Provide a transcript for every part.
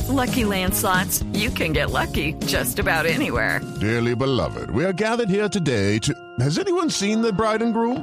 Lucky Land Slots, you can get lucky just about anywhere. Dearly beloved, we are gathered here today to... Has anyone seen the bride and groom?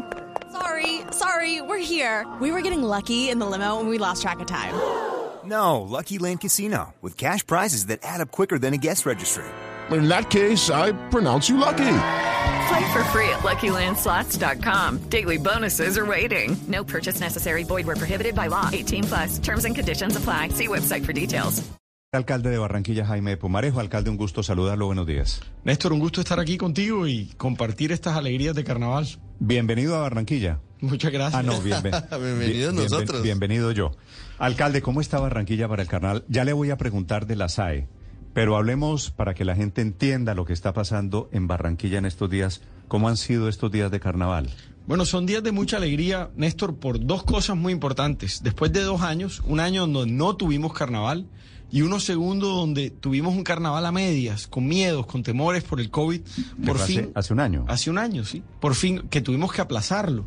Sorry, we're here. We were getting lucky in the limo and we lost track of time. No, Lucky Land Casino, with cash prizes that add up quicker than a guest registry. In that case, I pronounce you lucky. Play for free at LuckyLandSlots.com. Daily bonuses are waiting. No purchase necessary. Void where prohibited by law. 18+. Terms and conditions apply. See website for details. Alcalde de Barranquilla, Jaime Pumarejo. Alcalde, un gusto saludarlo. Buenos días. Néstor, un gusto estar aquí contigo y compartir estas alegrías de carnaval. Bienvenido a Barranquilla. Muchas gracias. Bienvenido nosotros. Bienvenido yo. Alcalde, ¿cómo está Barranquilla para el carnaval? Ya le voy a preguntar de la SAE, pero hablemos para que la gente entienda lo que está pasando en Barranquilla en estos días. ¿Cómo han sido estos días de carnaval? Bueno, son días de mucha alegría, Néstor, por dos cosas muy importantes. Después de 2 años, un año donde no tuvimos carnaval y uno segundo donde tuvimos un carnaval a medias, con miedos, con temores por el COVID. Por fin. ¿Hace un año? Hace un año, sí. Por fin, que tuvimos que aplazarlo.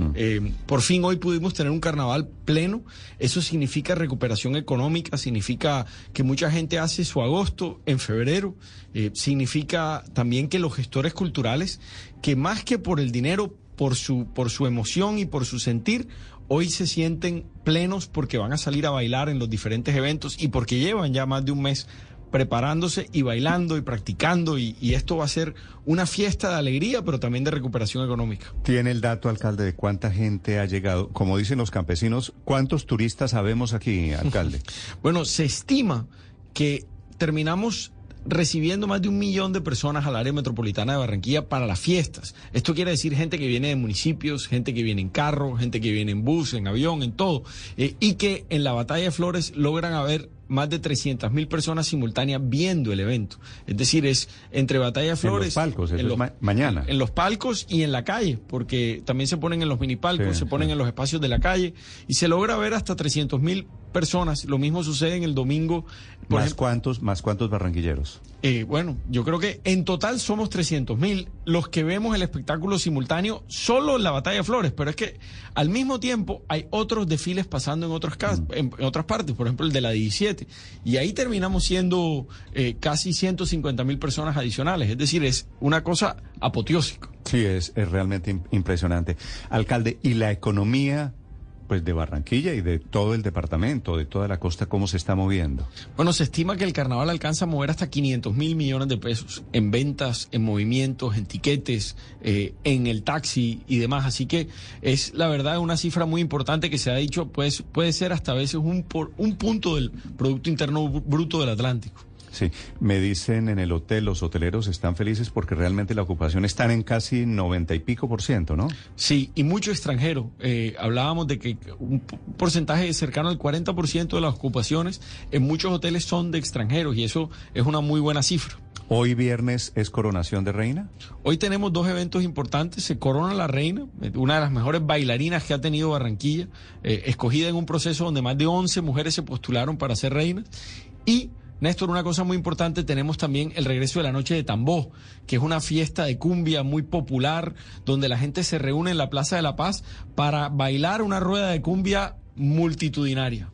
Por fin hoy pudimos tener un carnaval pleno. Eso significa recuperación económica, significa que mucha gente hace su agosto en febrero, significa también que los gestores culturales, que más que por el dinero, por su emoción y por su sentir, hoy se sienten plenos porque van a salir a bailar en los diferentes eventos y porque llevan ya más de un mes preparándose y bailando y practicando y esto va a ser una fiesta de alegría, pero también de recuperación económica. ¿Tiene el dato, alcalde, de cuánta gente ha llegado? Como dicen los campesinos, ¿cuántos turistas habemos aquí, alcalde? Bueno, se estima que terminamos recibiendo más de 1 millón de personas al área metropolitana de Barranquilla para las fiestas. Esto quiere decir gente que viene de municipios, gente que viene en carro, gente que viene en bus, en avión, en todo, y que en la Batalla de Flores logran haber más de 300.000 personas simultáneas viendo el evento. Es decir, es entre Batalla de Flores... En los palcos, mañana. En los palcos y en la calle, porque también se ponen en los minipalcos, se ponen en los espacios de la calle, y se logra ver hasta 300.000 personas. Lo mismo sucede en el domingo. ¿Más cuántos barranquilleros? Bueno, yo creo que en total somos 300.000 los que vemos el espectáculo simultáneo solo en la Batalla de Flores, pero es que al mismo tiempo hay otros desfiles pasando en otras partes, por ejemplo el de la 17, y ahí terminamos siendo casi 150.000 personas adicionales, es decir, es una cosa apoteósica. Sí, es realmente impresionante. Alcalde, ¿y la economía pues de Barranquilla y de todo el departamento, de toda la costa, cómo se está moviendo? Bueno, se estima que el carnaval alcanza a mover hasta 500.000 millones de pesos en ventas, en movimientos, en tiquetes, en el taxi y demás. Así que es la verdad una cifra muy importante que se ha dicho, pues puede ser hasta a veces un punto del Producto Interno Bruto del Atlántico. Sí, me dicen en el hotel, los hoteleros están felices porque realmente la ocupación está en casi 90 y pico %, ¿no? Sí, y mucho extranjero. Hablábamos de que un porcentaje cercano al 40% de las ocupaciones en muchos hoteles son de extranjeros y eso es una muy buena cifra. ¿Hoy viernes es coronación de reina? Hoy tenemos 2 eventos importantes. Se corona la reina, una de las mejores bailarinas que ha tenido Barranquilla, escogida en un proceso donde más de 11 mujeres se postularon para ser reinas. Y Néstor, una cosa muy importante, tenemos también el regreso de la Noche de Tambó, que es una fiesta de cumbia muy popular, donde la gente se reúne en la Plaza de la Paz para bailar una rueda de cumbia multitudinaria.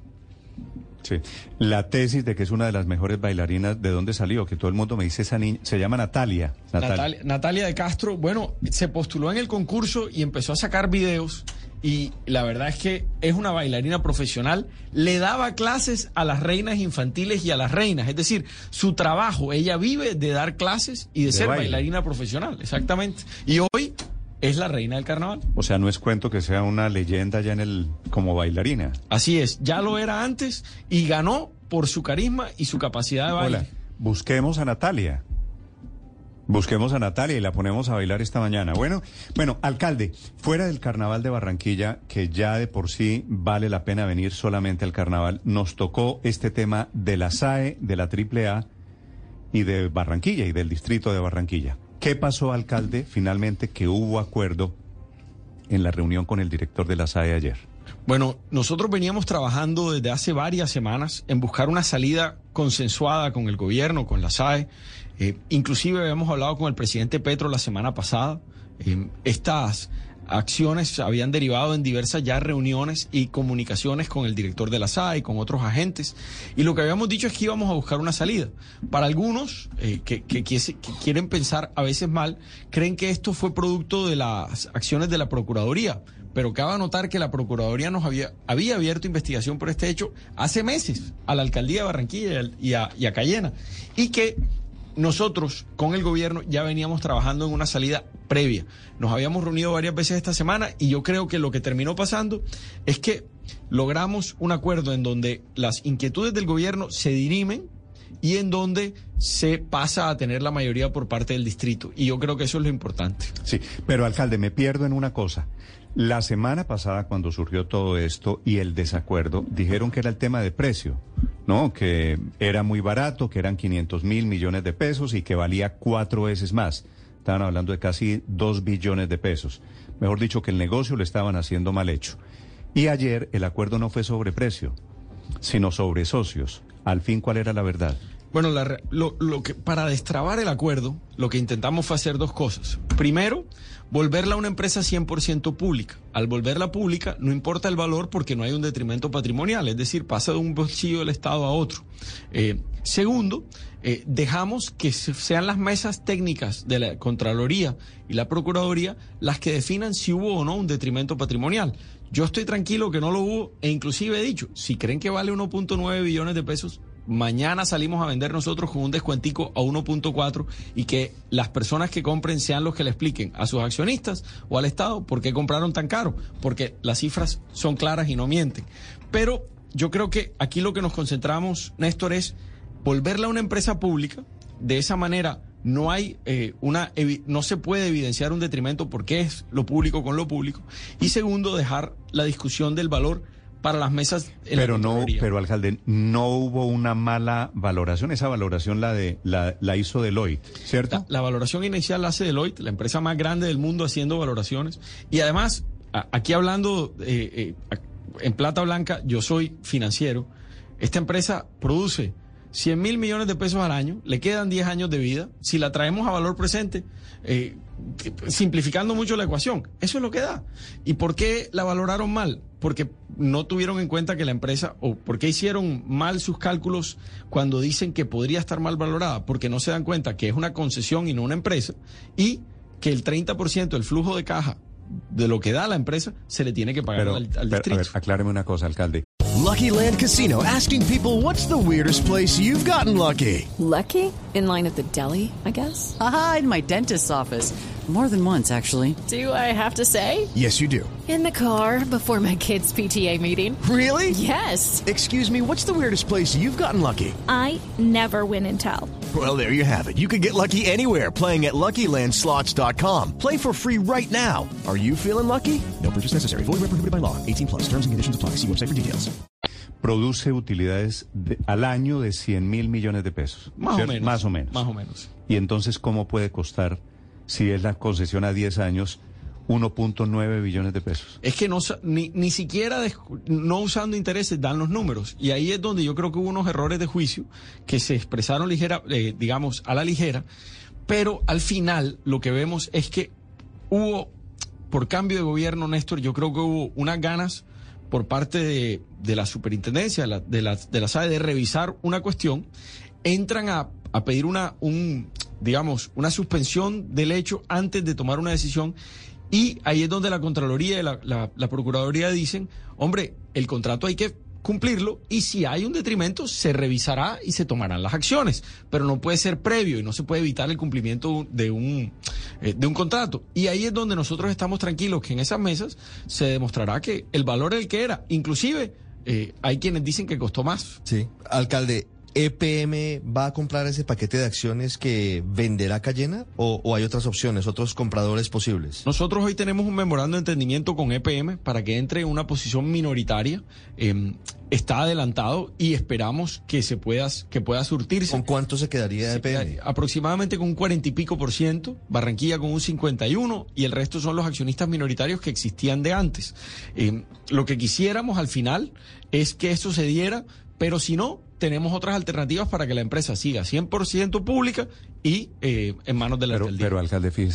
Sí, la tesis de que es una de las mejores bailarinas, ¿de dónde salió? Que todo el mundo me dice esa niña, se llama Natalia. Natalia de Castro, bueno, se postuló en el concurso y empezó a sacar videos. Y la verdad es que es una bailarina profesional, le daba clases a las reinas infantiles y a las reinas, es decir, su trabajo, ella vive de dar clases y de ser bailarina profesional, exactamente. Y hoy es la reina del carnaval. O sea, no es cuento que sea una leyenda ya como bailarina. Así es, ya lo era antes y ganó por su carisma y su capacidad de baile. Hola, busquemos a Natalia y la ponemos a bailar esta mañana. Bueno, alcalde, fuera del carnaval de Barranquilla, que ya de por sí vale la pena venir solamente al carnaval, nos tocó este tema de la SAE, de la AAA y de Barranquilla y del distrito de Barranquilla. ¿Qué pasó, alcalde, finalmente que hubo acuerdo en la reunión con el director de la SAE ayer? Bueno, nosotros veníamos trabajando desde hace varias semanas en buscar una salida consensuada con el gobierno, con la SAE. Inclusive habíamos hablado con el presidente Petro la semana pasada. Estas acciones habían derivado en diversas ya reuniones y comunicaciones con el director de la SAE y con otros agentes. Y lo que habíamos dicho es que íbamos a buscar una salida. Para algunos que quieren pensar a veces mal, creen que esto fue producto de las acciones de la Procuraduría. Pero cabe notar que la Procuraduría nos había abierto investigación por este hecho hace meses a la Alcaldía de Barranquilla y a Cayena. Y que nosotros con el gobierno ya veníamos trabajando en una salida previa. Nos habíamos reunido varias veces esta semana y yo creo que lo que terminó pasando es que logramos un acuerdo en donde las inquietudes del gobierno se dirimen y en donde se pasa a tener la mayoría por parte del distrito. Y yo creo que eso es lo importante. Sí, pero alcalde, me pierdo en una cosa. La semana pasada, cuando surgió todo esto y el desacuerdo, dijeron que era el tema de precio, ¿no? Que era muy barato, que eran 500.000 millones de pesos y que valía 4 veces más. Estaban hablando de casi 2 billones de pesos. Mejor dicho, que el negocio lo estaban haciendo mal hecho. Y ayer el acuerdo no fue sobre precio, sino sobre socios. Al fin, ¿cuál era la verdad? Bueno, para destrabar el acuerdo, lo que intentamos fue hacer 2 cosas. Primero, volverla una empresa 100% pública. Al volverla pública, no importa el valor porque no hay un detrimento patrimonial, es decir, pasa de un bolsillo del Estado a otro. Segundo, dejamos que sean las mesas técnicas de la Contraloría y la Procuraduría las que definan si hubo o no un detrimento patrimonial. Yo estoy tranquilo que no lo hubo e inclusive he dicho, si creen que vale 1.9 billones de pesos, mañana salimos a vender nosotros con un descuentico a 1.4 y que las personas que compren sean los que le expliquen a sus accionistas o al Estado por qué compraron tan caro, porque las cifras son claras y no mienten. Pero yo creo que aquí lo que nos concentramos, Néstor, es volverla a una empresa pública. De esa manera no hay no se puede evidenciar un detrimento porque es lo público con lo público. Y segundo, dejar la discusión del valor para las mesas. Pero alcalde, no hubo una mala valoración. Esa valoración la hizo Deloitte, ¿cierto? La valoración inicial la hace Deloitte, la empresa más grande del mundo haciendo valoraciones. Y además, aquí hablando en plata blanca, yo soy financiero. Esta empresa produce 100.000 millones de pesos al año, le quedan 10 años de vida. Si la traemos a valor presente, simplificando mucho la ecuación, eso es lo que da. ¿Y por qué la valoraron mal? Porque no tuvieron en cuenta que la empresa, o porque hicieron mal sus cálculos cuando dicen que podría estar mal valorada, porque no se dan cuenta que es una concesión y no una empresa, y que el 30% del flujo de caja de lo que da la empresa se le tiene que pagar al distrito. A ver, acláreme una cosa, alcalde. Lucky Land Casino, asking people, what's the weirdest place you've gotten lucky? Lucky? In line at the deli, I guess? Aha, in my dentist's office. More than once, actually. Do I have to say? Yes, you do. In the car before my kids' PTA meeting. Really? Yes. Excuse me, what's the weirdest place you've gotten lucky? I never win and tell. Well, there you have it. You can get lucky anywhere, playing at LuckyLandSlots.com. Play for free right now. Are you feeling lucky? No purchase necessary. Void where prohibited by law. 18+. Terms and conditions apply. See website for details. Produce utilidades al año de 100.000 millones de pesos. Más o menos. Más o menos. Más o menos. Y entonces, ¿cómo puede costar, si es la concesión a 10 años, 1.9 billones de pesos? Es que ni siquiera no usando intereses dan los números. Y ahí es donde yo creo que hubo unos errores de juicio que se expresaron digamos, a la ligera. Pero al final lo que vemos es que hubo, por cambio de gobierno, Néstor, yo creo que hubo unas ganas por parte de la superintendencia, de la SAE, de revisar una cuestión. Entran a pedir una suspensión del hecho antes de tomar una decisión. Y ahí es donde la Contraloría y la Procuraduría dicen, hombre, el contrato hay que cumplirlo y si hay un detrimento se revisará y se tomarán las acciones, pero no puede ser previo y no se puede evitar el cumplimiento de un contrato. Y ahí es donde nosotros estamos tranquilos que en esas mesas se demostrará que el valor es el que era. Inclusive hay quienes dicen que costó más. Sí, alcalde, ¿EPM va a comprar ese paquete de acciones que venderá Cayena o hay otras opciones, otros compradores posibles? Nosotros hoy tenemos un memorando de entendimiento con EPM para que entre en una posición minoritaria. Está adelantado y esperamos que pueda surtirse. ¿Con cuánto se quedaría EPM? Aproximadamente con un 40 y pico %, Barranquilla con un 51% y el resto son los accionistas minoritarios que existían de antes. Lo que quisiéramos al final es que esto se diera, pero si no, tenemos otras alternativas para que la empresa siga 100% pública y en manos de la alcaldía. Pero alcalde, fíjese,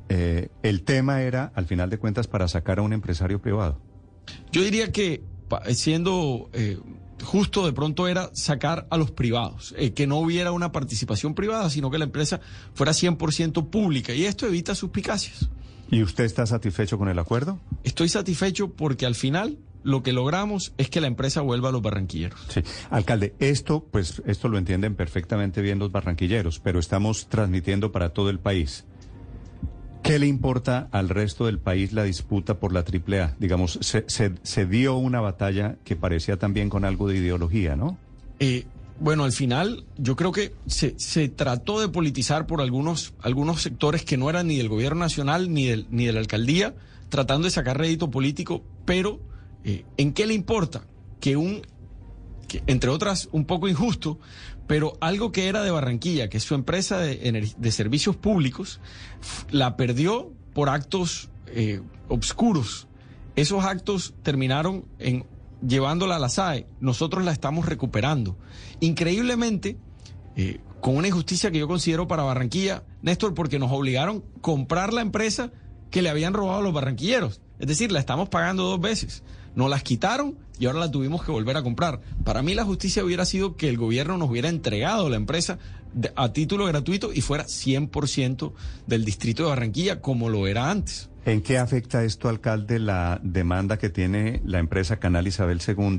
el tema era, al final de cuentas, para sacar a un empresario privado. Yo diría que, siendo justo, de pronto era sacar a los privados, que no hubiera una participación privada, sino que la empresa fuera 100% pública, y esto evita suspicacias. ¿Y usted está satisfecho con el acuerdo? Estoy satisfecho porque al final lo que logramos es que la empresa vuelva a los barranquilleros. Sí, alcalde, esto lo entienden perfectamente bien los barranquilleros, pero estamos transmitiendo para todo el país. ¿Qué le importa al resto del país la disputa por la AAA? Digamos, se dio una batalla que parecía también con algo de ideología, ¿no? Bueno, al final yo creo que se trató de politizar por algunos sectores que no eran ni del gobierno nacional ni de la alcaldía, tratando de sacar rédito político, pero ¿en qué le importa? Que entre otras, un poco injusto, pero algo que era de Barranquilla, que es su empresa de servicios públicos, la perdió por actos obscuros. Esos actos terminaron llevándola a la SAE. Nosotros la estamos recuperando. Increíblemente, con una injusticia que yo considero para Barranquilla, Néstor, porque nos obligaron a comprar la empresa que le habían robado a los barranquilleros. Es decir, la estamos pagando 2 veces. Nos las quitaron y ahora la tuvimos que volver a comprar. Para mí la justicia hubiera sido que el gobierno nos hubiera entregado la empresa a título gratuito y fuera 100% del distrito de Barranquilla, como lo era antes. ¿En qué afecta esto, alcalde, la demanda que tiene la empresa Canal Isabel II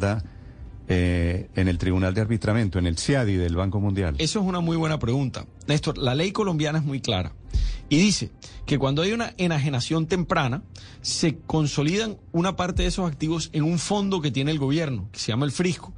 en el Tribunal de Arbitramiento, en el CIADI del Banco Mundial? Eso es una muy buena pregunta. Néstor, la ley colombiana es muy clara y dice que cuando hay una enajenación temprana, se consolidan una parte de esos activos en un fondo que tiene el gobierno, que se llama el Frisco.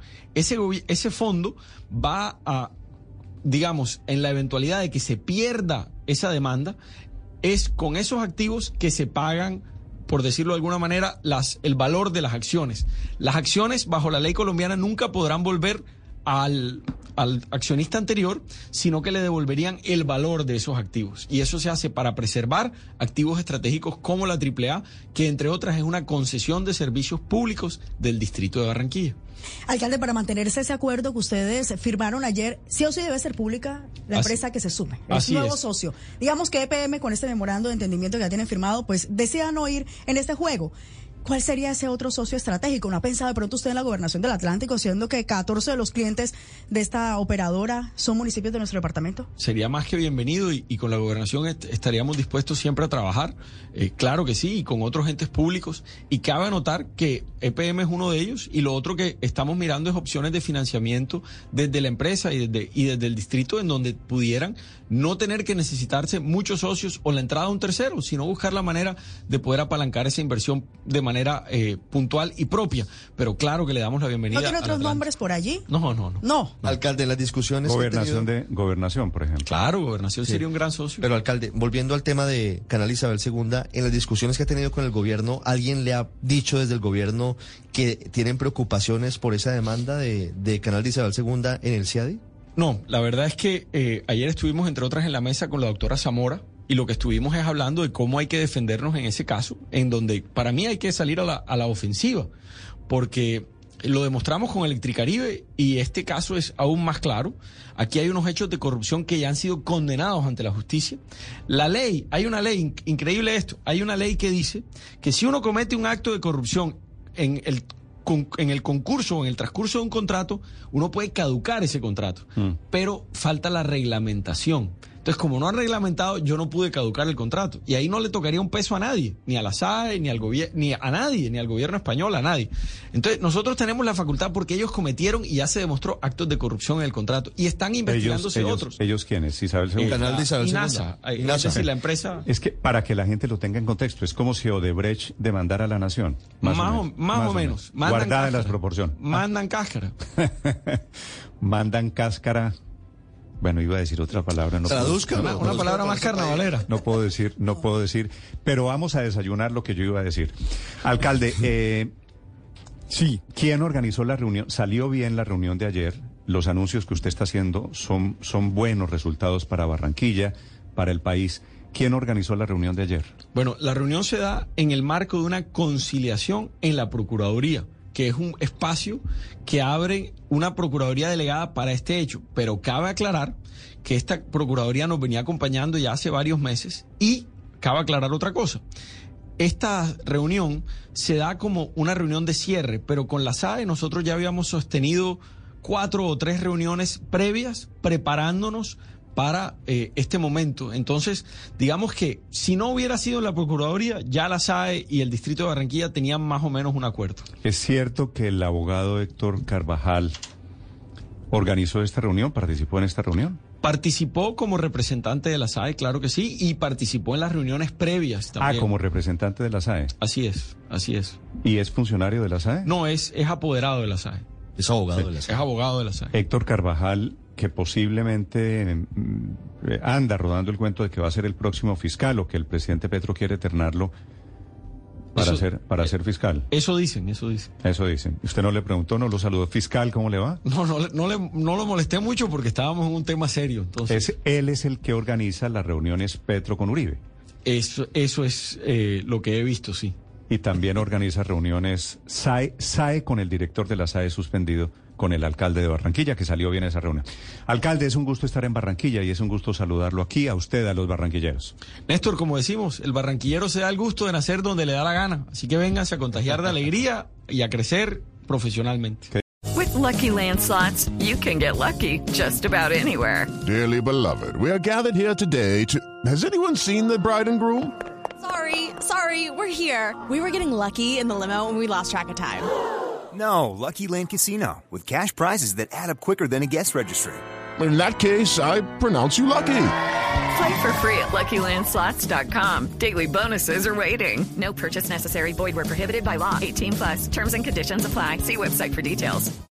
Ese fondo va a, digamos, en la eventualidad de que se pierda esa demanda, es con esos activos que se pagan, por decirlo de alguna manera, el valor de las acciones. Las acciones bajo la ley colombiana nunca podrán volver al accionista anterior, sino que le devolverían el valor de esos activos. Y eso se hace para preservar activos estratégicos como la AAA, que entre otras es una concesión de servicios públicos del distrito de Barranquilla. Alcalde, para mantenerse ese acuerdo que ustedes firmaron ayer, sí o sí debe ser pública la empresa que se sume, el nuevo socio. Digamos que EPM, con este memorando de entendimiento que ya tienen firmado, pues decida no ir en este juego. ¿Cuál sería ese otro socio estratégico? ¿No ha pensado de pronto usted en la gobernación del Atlántico, siendo que 14 de los clientes de esta operadora son municipios de nuestro departamento? Sería más que bienvenido y con la gobernación estaríamos dispuestos siempre a trabajar, claro que sí, y con otros entes públicos. Y cabe anotar que EPM es uno de ellos, y lo otro que estamos mirando es opciones de financiamiento desde la empresa y desde el distrito, en donde pudieran no tener que necesitarse muchos socios o la entrada de un tercero, sino buscar la manera de poder apalancar esa inversión de manera puntual y propia. Pero claro que le damos la bienvenida. ¿No tiene otros nombres por allí? No. Alcalde, las discusiones Gobernación, por ejemplo. Claro, Gobernación sería un gran socio. Pero, alcalde, volviendo al tema de Canal Isabel II, en las discusiones que ha tenido con el gobierno, ¿alguien le ha dicho desde el gobierno que tienen preocupaciones por esa demanda de Canal de Isabel II en el CIADI? No, la verdad es que ayer estuvimos, entre otras, en la mesa con la doctora Zamora, y lo que estuvimos es hablando de cómo hay que defendernos en ese caso, en donde para mí hay que salir a la ofensiva, porque lo demostramos con Electricaribe y este caso es aún más claro. Aquí hay unos hechos de corrupción que ya han sido condenados ante la justicia. La ley, hay una ley, increíble esto, hay una ley que dice que si uno comete un acto de corrupción en el concurso o en el transcurso de un contrato, uno puede caducar ese contrato, pero falta la reglamentación. Entonces, como no han reglamentado, yo no pude caducar el contrato. Y ahí no le tocaría un peso a nadie, ni a la SAE, ni al gobierno, ni a nadie, ni al gobierno español, a nadie. Entonces, nosotros tenemos la facultad porque ellos cometieron y ya se demostró actos de corrupción en el contrato. Y están investigándose otros. ¿Ellos quiénes? Isabel II. Canal de Isabel II. NASA. Es decir, la empresa. Es que para que la gente lo tenga en contexto, es como si Odebrecht demandara a la nación. Más o menos. Guardada las proporciones. Mandan cáscara. Mandan cáscara. Bueno, iba a decir otra palabra. No traduzca. Una palabra más carnavalera. No puedo decir, pero vamos a desayunar lo que yo iba a decir. Alcalde, sí, ¿quién organizó la reunión? Salió bien la reunión de ayer. Los anuncios que usted está haciendo son buenos resultados para Barranquilla, para el país. ¿Quién organizó la reunión de ayer? Bueno, la reunión se da en el marco de una conciliación en la Procuraduría, que es un espacio que abre una Procuraduría delegada para este hecho. Pero cabe aclarar que esta Procuraduría nos venía acompañando ya hace varios meses y cabe aclarar otra cosa. Esta reunión se da como una reunión de cierre, pero con la SAE nosotros ya habíamos sostenido 4 o 3 reuniones previas preparándonos para este momento. Entonces, digamos que si no hubiera sido la Procuraduría, ya la SAE y el Distrito de Barranquilla tenían más o menos un acuerdo. ¿Es cierto que el abogado Héctor Carvajal organizó esta reunión, participó en esta reunión? Participó como representante de la SAE, claro que sí, y participó en las reuniones previas también. Como representante de la SAE. Así es, así es. ¿Y es funcionario de la SAE? No, es apoderado de la SAE. Es abogado de la SAE. Es abogado de la SAE. Héctor Carvajal, que posiblemente anda rodando el cuento de que va a ser el próximo fiscal o que el presidente Petro quiere ternarlo para ser fiscal. Eso dicen. Eso dicen. ¿Usted no le preguntó, no lo saludó? ¿Fiscal, cómo le va? No lo molesté mucho porque estábamos en un tema serio. Entonces, él es el que organiza las reuniones Petro con Uribe. Eso es lo que he visto, sí. Y también organiza reuniones SAE con el director de la SAE suspendido, con el alcalde de Barranquilla, que salió bien a esa reunión. Alcalde, es un gusto estar en Barranquilla y es un gusto saludarlo aquí, a usted, a los barranquilleros. Néstor, como decimos, el barranquillero se da el gusto de nacer donde le da la gana, así que véngase a contagiar de alegría y a crecer profesionalmente. With Lucky Land Slots, you can get lucky just about anywhere. Dearly beloved, we are gathered here today to... Has anyone seen the bride and groom? Sorry, we're here. We were getting lucky in the limo and we lost track of time. No, Lucky Land Casino, with cash prizes that add up quicker than a guest registry. In that case, I pronounce you lucky. Play for free at LuckyLandSlots.com. Daily bonuses are waiting. No purchase necessary. Void where prohibited by law. 18+. Terms and conditions apply. See website for details.